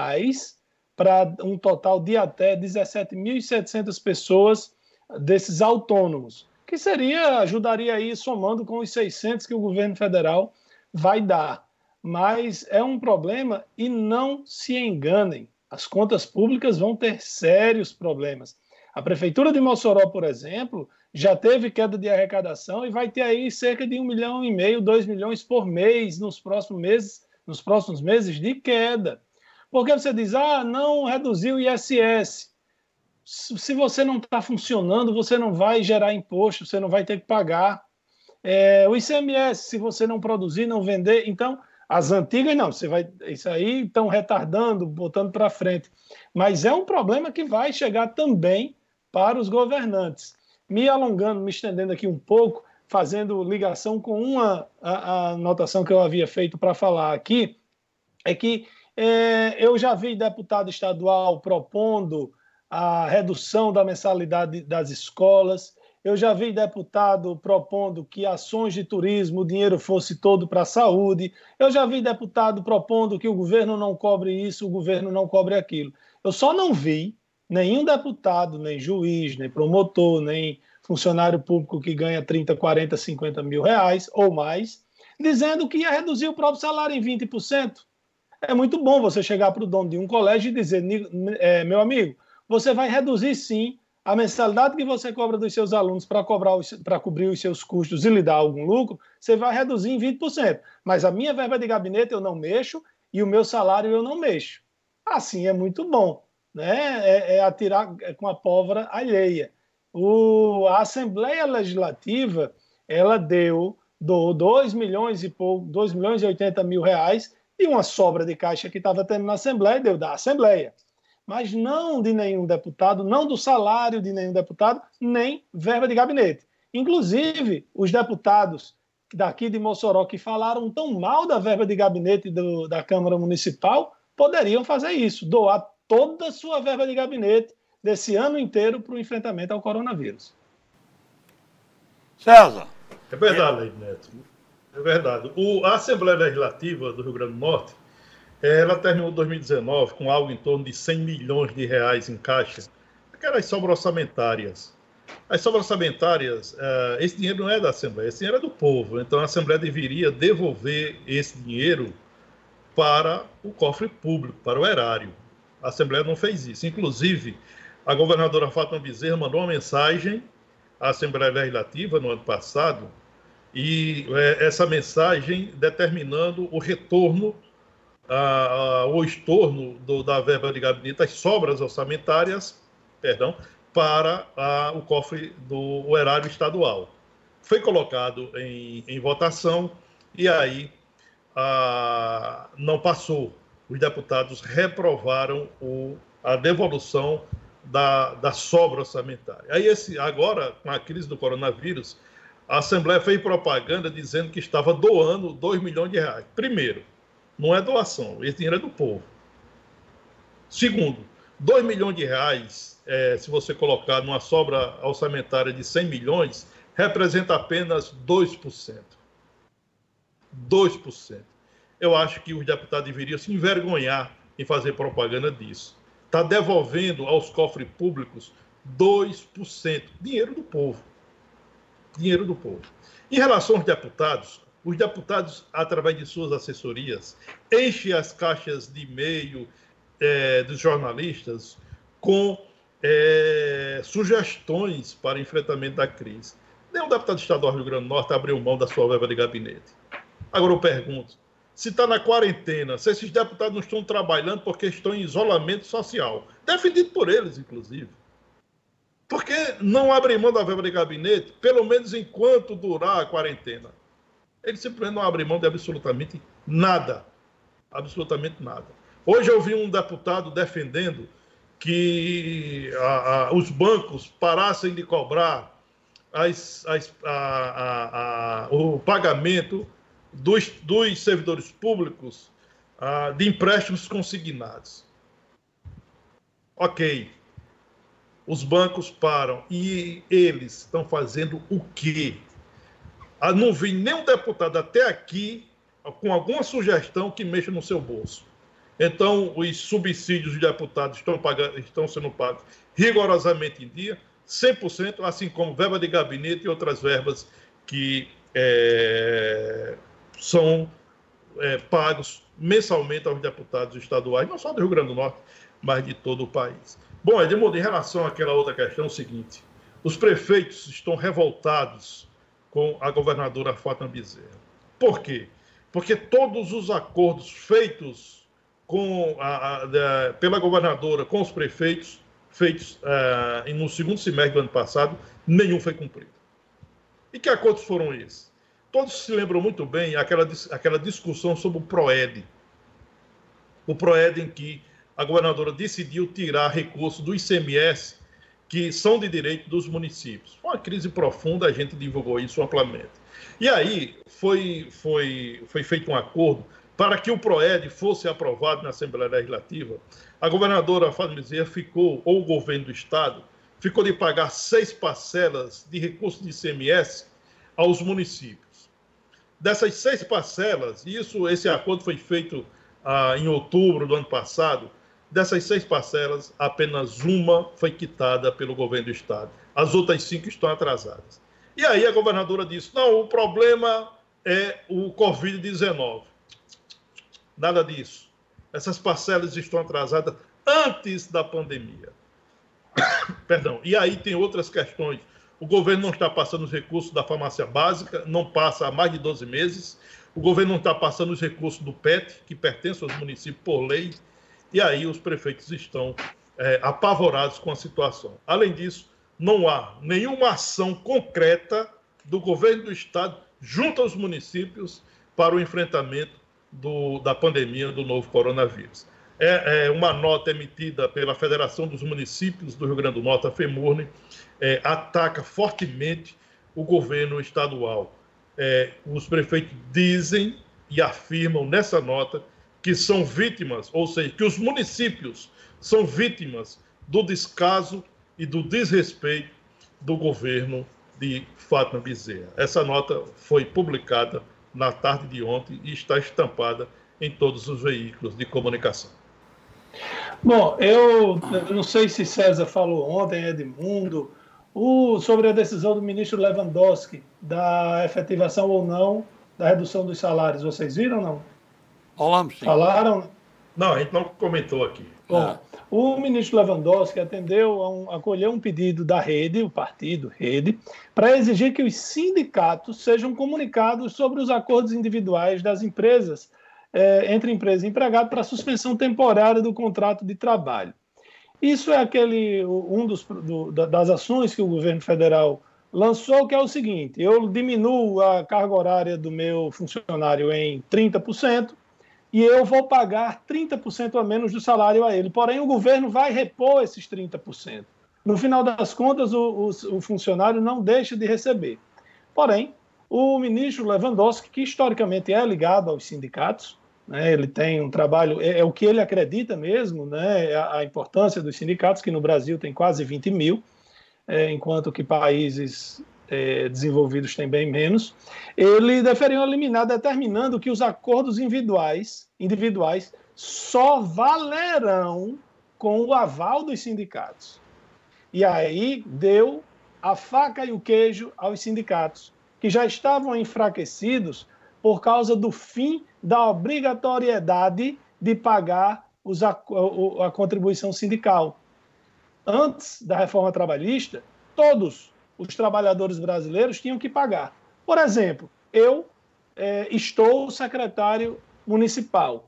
para um total de até 17.700 pessoas desses autônomos, que ajudaria aí somando com os 600 que o governo federal vai dar. Mas é um problema e não se enganem, as contas públicas vão ter sérios problemas. A Prefeitura de Mossoró, por exemplo, já teve queda de arrecadação e vai ter aí cerca de 1,5 milhão, 2 milhões por mês nos próximos meses de queda. Porque você diz, não reduziu o ISS. Se você não está funcionando, você não vai gerar imposto, você não vai ter que pagar. O ICMS, se você não produzir, não vender, então as antigas não, isso aí estão retardando, botando para frente. Mas é um problema que vai chegar também para os governantes. Me alongando, me estendendo aqui um pouco, fazendo ligação com a anotação que eu havia feito para falar aqui, é que eu já vi deputado estadual propondo a redução da mensalidade das escolas. Eu já vi deputado propondo que ações de turismo, o dinheiro fosse todo para a saúde. Eu já vi deputado propondo que o governo não cobre isso, o governo não cobre aquilo. Eu só não vi nenhum deputado, nem juiz, nem promotor, nem funcionário público que ganha 30, 40, 50 mil reais ou mais, dizendo que ia reduzir o próprio salário em 20%. É muito bom você chegar para o dono de um colégio e dizer, meu amigo, você vai reduzir sim A mensalidade que você cobra dos seus alunos para cobrir os seus custos e lhe dar algum lucro, você vai reduzir em 20%. Mas a minha verba de gabinete eu não mexo e o meu salário eu não mexo. Assim é muito bom, né? É atirar com a pólvora alheia. A Assembleia Legislativa, ela doou 2 milhões e 80 mil reais e uma sobra de caixa que estava tendo na Assembleia, deu da Assembleia. Mas não de nenhum deputado, não do salário de nenhum deputado, nem verba de gabinete. Inclusive, os deputados daqui de Mossoró que falaram tão mal da verba de gabinete da Câmara Municipal poderiam fazer isso, doar toda a sua verba de gabinete desse ano inteiro para o enfrentamento ao coronavírus. César. É verdade, Leide Neto. É verdade. A Assembleia Legislativa do Rio Grande do Norte, ela terminou 2019 com algo em torno de 100 milhões de reais em caixa, aquelas sobras orçamentárias. As sobras orçamentárias, esse dinheiro não é da Assembleia, esse dinheiro é do povo. Então a Assembleia deveria devolver esse dinheiro para o cofre público, para o erário. A Assembleia não fez isso. Inclusive, a governadora Fátima Bezerra mandou uma mensagem à Assembleia Legislativa no ano passado, e essa mensagem determinando o retorno, o estorno da verba de gabinete, as sobras orçamentárias, para o cofre do erário estadual. Foi colocado em votação e aí não passou. Os deputados reprovaram a devolução da sobra orçamentária. Aí agora, com a crise do coronavírus, a Assembleia fez propaganda dizendo que estava doando 2 milhões de reais. Primeiro, não é doação, esse dinheiro é do povo. Segundo, 2 milhões de reais, se você colocar numa sobra orçamentária de 100 milhões, representa apenas 2%. 2%. Eu acho que os deputados deveriam se envergonhar em fazer propaganda disso. Está devolvendo aos cofres públicos 2%. Dinheiro do povo. Dinheiro do povo. Em relação aos deputados, os deputados, através de suas assessorias, enchem as caixas de e-mail dos jornalistas com sugestões para enfrentamento da crise. Nenhum deputado estadual do Rio Grande do Norte abriu mão da sua verba de gabinete. Agora eu pergunto, se está na quarentena, se esses deputados não estão trabalhando porque estão em isolamento social, defendido por eles, inclusive, por que não abrem mão da verba de gabinete, pelo menos enquanto durar a quarentena? Eles simplesmente não abrem mão de absolutamente nada. Absolutamente nada. Hoje eu vi um deputado defendendo que os bancos parassem de cobrar o pagamento dos servidores públicos de empréstimos consignados. Ok. Os bancos param. E eles estão fazendo o quê? Não vi nenhum deputado até aqui com alguma sugestão que mexa no seu bolso. Então, os subsídios dos deputados estão sendo pagos rigorosamente em dia, 100%, assim como verba de gabinete e outras verbas que são pagos mensalmente aos deputados estaduais, não só do Rio Grande do Norte, mas de todo o país. Bom, Edmundo, em relação àquela outra questão, é o seguinte: os prefeitos estão revoltados com a governadora Fátima Bezerra. Por quê? Porque todos os acordos feitos pela governadora com os prefeitos, feitos no segundo semestre do ano passado, nenhum foi cumprido. E que acordos foram esses? Todos se lembram muito bem aquela discussão sobre o PROED. O PROED em que a governadora decidiu tirar recursos do ICMS que são de direito dos municípios. Foi uma crise profunda, a gente divulgou isso amplamente. E aí foi feito um acordo para que o PROED fosse aprovado na Assembleia Legislativa. A governadora Fátima Bezerra ou o governo do Estado, ficou de pagar 6 parcelas de recursos de ICMS aos municípios. Dessas 6 parcelas, esse acordo foi feito em outubro do ano passado. Dessas 6 parcelas, apenas uma foi quitada pelo governo do Estado. As outras 5 estão atrasadas. E aí a governadora disse, não, o problema é o Covid-19. Nada disso. Essas parcelas estão atrasadas antes da pandemia. Perdão. E aí tem outras questões. O governo não está passando os recursos da farmácia básica, não passa há mais de 12 meses. O governo não está passando os recursos do PET, que pertence aos municípios por lei. E aí os prefeitos estão apavorados com a situação. Além disso, não há nenhuma ação concreta do governo do estado junto aos municípios para o enfrentamento da pandemia do novo coronavírus. Uma nota emitida pela Federação dos Municípios do Rio Grande do Norte, a FEMURNE, ataca fortemente o governo estadual. Os prefeitos dizem e afirmam nessa nota que são vítimas, ou seja, que os municípios são vítimas do descaso e do desrespeito do governo de Fátima Bezerra. Essa nota foi publicada na tarde de ontem e está estampada em todos os veículos de comunicação. Bom, eu não sei se César falou ontem, Edmundo, sobre a decisão do ministro Lewandowski da efetivação ou não da redução dos salários. Vocês viram ou não? Falamos, sim. Falaram? Não, a gente não comentou aqui. Bom, o ministro Lewandowski acolheu um pedido da Rede, o partido Rede, para exigir que os sindicatos sejam comunicados sobre os acordos individuais das empresas, entre empresa e empregado, para suspensão temporária do contrato de trabalho. Isso é das ações que o governo federal lançou, que é o seguinte: eu diminuo a carga horária do meu funcionário em 30%, e eu vou pagar 30% a menos do salário a ele. Porém, o governo vai repor esses 30%. No final das contas, o funcionário não deixa de receber. Porém, o ministro Lewandowski, que historicamente é ligado aos sindicatos, né, ele tem um trabalho, é o que ele acredita mesmo, né, a importância dos sindicatos, que no Brasil tem quase 20 mil, enquanto que países desenvolvidos têm bem menos. Ele deferiu uma liminar determinando que os acordos individuais só valerão com o aval dos sindicatos. E aí deu a faca e o queijo aos sindicatos, que já estavam enfraquecidos por causa do fim da obrigatoriedade de pagar a contribuição sindical. Antes da reforma trabalhista, todos os trabalhadores brasileiros tinham que pagar. Por exemplo, eu estou secretário municipal.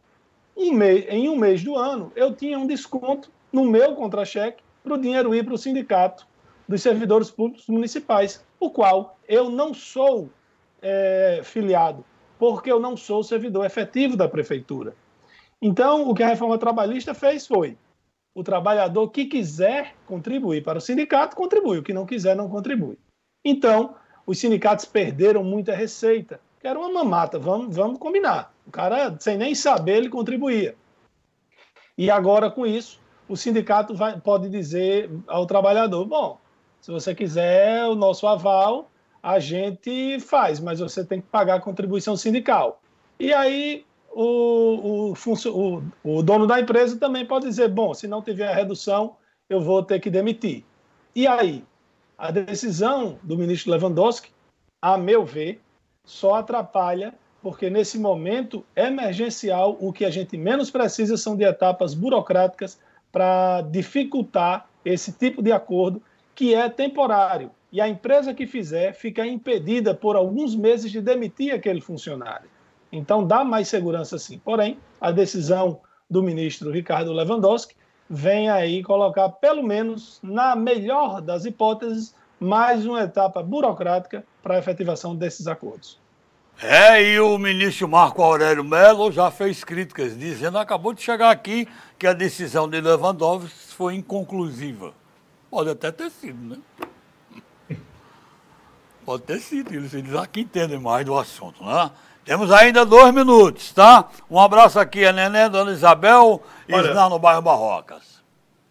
Em um mês do ano, eu tinha um desconto no meu contra-cheque para o dinheiro ir para o sindicato dos servidores públicos municipais, o qual eu não sou filiado, porque eu não sou servidor efetivo da prefeitura. Então, o que a reforma trabalhista fez foi: o trabalhador que quiser contribuir para o sindicato, contribui. O que não quiser, não contribui. Então, os sindicatos perderam muita receita, que era uma mamata, vamos combinar. O cara, sem nem saber, ele contribuía. E agora, com isso, o sindicato pode dizer ao trabalhador: bom, se você quiser o nosso aval, a gente faz, mas você tem que pagar a contribuição sindical. E aí o dono da empresa também pode dizer: bom, se não tiver a redução, eu vou ter que demitir. E aí? A decisão do ministro Lewandowski, a meu ver, só atrapalha, porque nesse momento emergencial o que a gente menos precisa são de etapas burocráticas para dificultar esse tipo de acordo, que é temporário. E a empresa que fizer fica impedida por alguns meses de demitir aquele funcionário. Então dá mais segurança sim. Porém, a decisão do ministro Ricardo Lewandowski vem aí colocar, pelo menos, na melhor das hipóteses, mais uma etapa burocrática para a efetivação desses acordos. E o ministro Marco Aurélio Mello já fez críticas, dizendo, acabou de chegar aqui, que a decisão de Lewandowski foi inconclusiva. Pode até ter sido, né? Pode ter sido, eles aqui entendem mais do assunto, né? Temos ainda 2 minutos, tá? Um abraço aqui a Neném, Dona Isabel e Isnar no bairro Barrocas.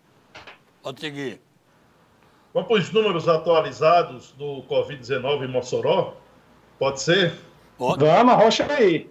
Pode seguir. Vamos para os números atualizados do Covid-19 em Mossoró? Pode ser? Pode. Vamos, arrocha aí.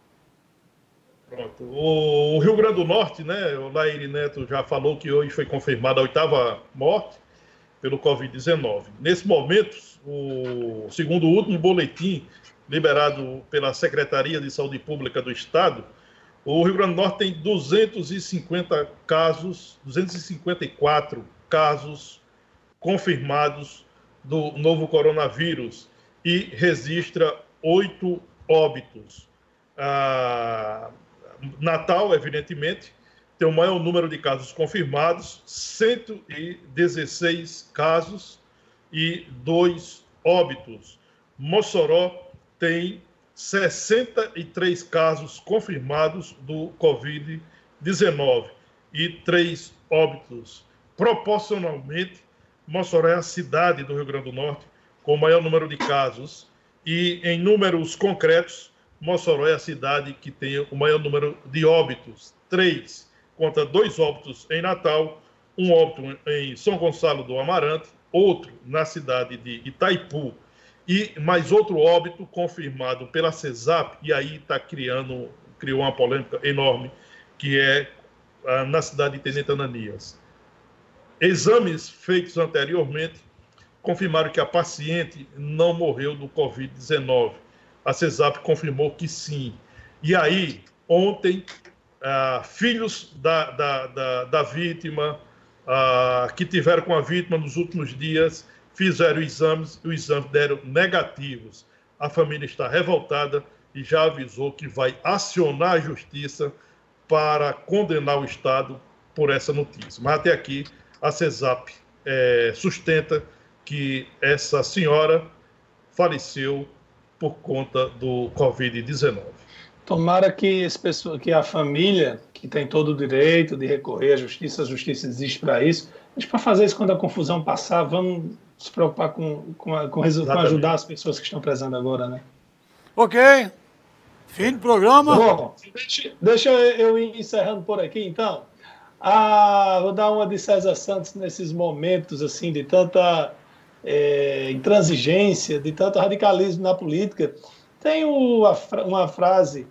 Pronto. O Rio Grande do Norte, né? O Laíri Neto já falou que hoje foi confirmada a 8ª morte pelo Covid-19. Nesse momento, segundo o último boletim liberado pela Secretaria de Saúde Pública do Estado, o Rio Grande do Norte tem 254 casos confirmados do novo coronavírus e registra 8 óbitos. Natal, evidentemente, tem o maior número de casos confirmados, 116 casos e 2 óbitos. Mossoró tem 63 casos confirmados do Covid-19 e 3 óbitos. Proporcionalmente, Mossoró é a cidade do Rio Grande do Norte com o maior número de casos e, em números concretos, Mossoró é a cidade que tem o maior número de óbitos. 3, conta 2 óbitos em Natal, 1 óbito em São Gonçalo do Amarante, outro na cidade de Itaipu, e mais outro óbito confirmado pela CESAP, e aí criou uma polêmica enorme, que é na cidade de Tenente Ananias. Exames feitos anteriormente confirmaram que a paciente não morreu do Covid-19. A CESAP confirmou que sim. E aí, ontem, filhos da vítima, que tiveram com a vítima nos últimos dias, fizeram exames e os exames deram negativos. A família está revoltada e já avisou que vai acionar a justiça para condenar o Estado por essa notícia. Mas até aqui a CESAP sustenta que essa senhora faleceu por conta do Covid-19. Tomara que a família, que tem todo o direito de recorrer à justiça, a justiça existe para isso, mas para fazer isso quando a confusão passar, vamos se preocupar com ajudar as pessoas que estão prezando agora, né? Ok. Fim do programa. Bom, deixa eu ir encerrando por aqui, então. Vou dar uma de César Santos nesses momentos assim de tanta intransigência, de tanto radicalismo na política. Tem uma frase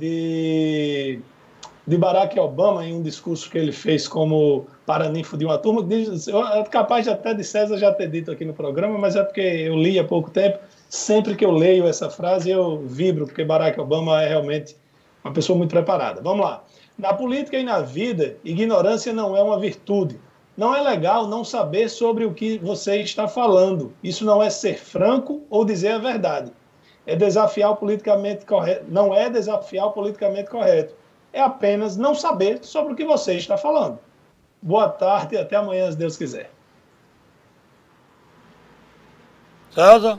de Barack Obama em um discurso que ele fez como paraninfo de uma turma, que diz, é capaz de até de César já ter dito aqui no programa, mas é porque eu li há pouco tempo. Sempre que eu leio essa frase eu vibro, porque Barack Obama é realmente uma pessoa muito preparada. Vamos lá. Na política e na vida, ignorância não é uma virtude. Não é legal não saber sobre o que você está falando. Isso não é ser franco ou dizer a verdade. É desafiar o politicamente correto. Não é desafiar o politicamente correto. É apenas não saber sobre o que você está falando. Boa tarde e até amanhã, se Deus quiser. César?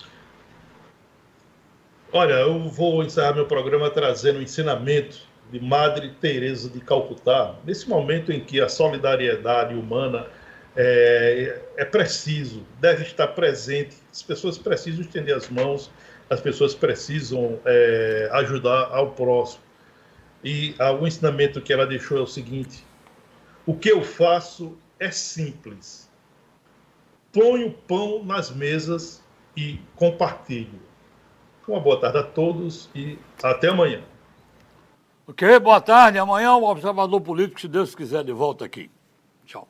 Olha, eu vou encerrar meu programa trazendo o ensinamento de Madre Teresa de Calcutá, nesse momento em que a solidariedade humana é preciso, deve estar presente, as pessoas precisam estender as mãos, as pessoas precisam ajudar ao próximo. E o ensinamento que ela deixou é o seguinte: o que eu faço é simples. Ponho pão nas mesas e compartilho. Uma boa tarde a todos e até amanhã. Ok, boa tarde. Amanhã o Observador Político, se Deus quiser, de volta aqui. Tchau.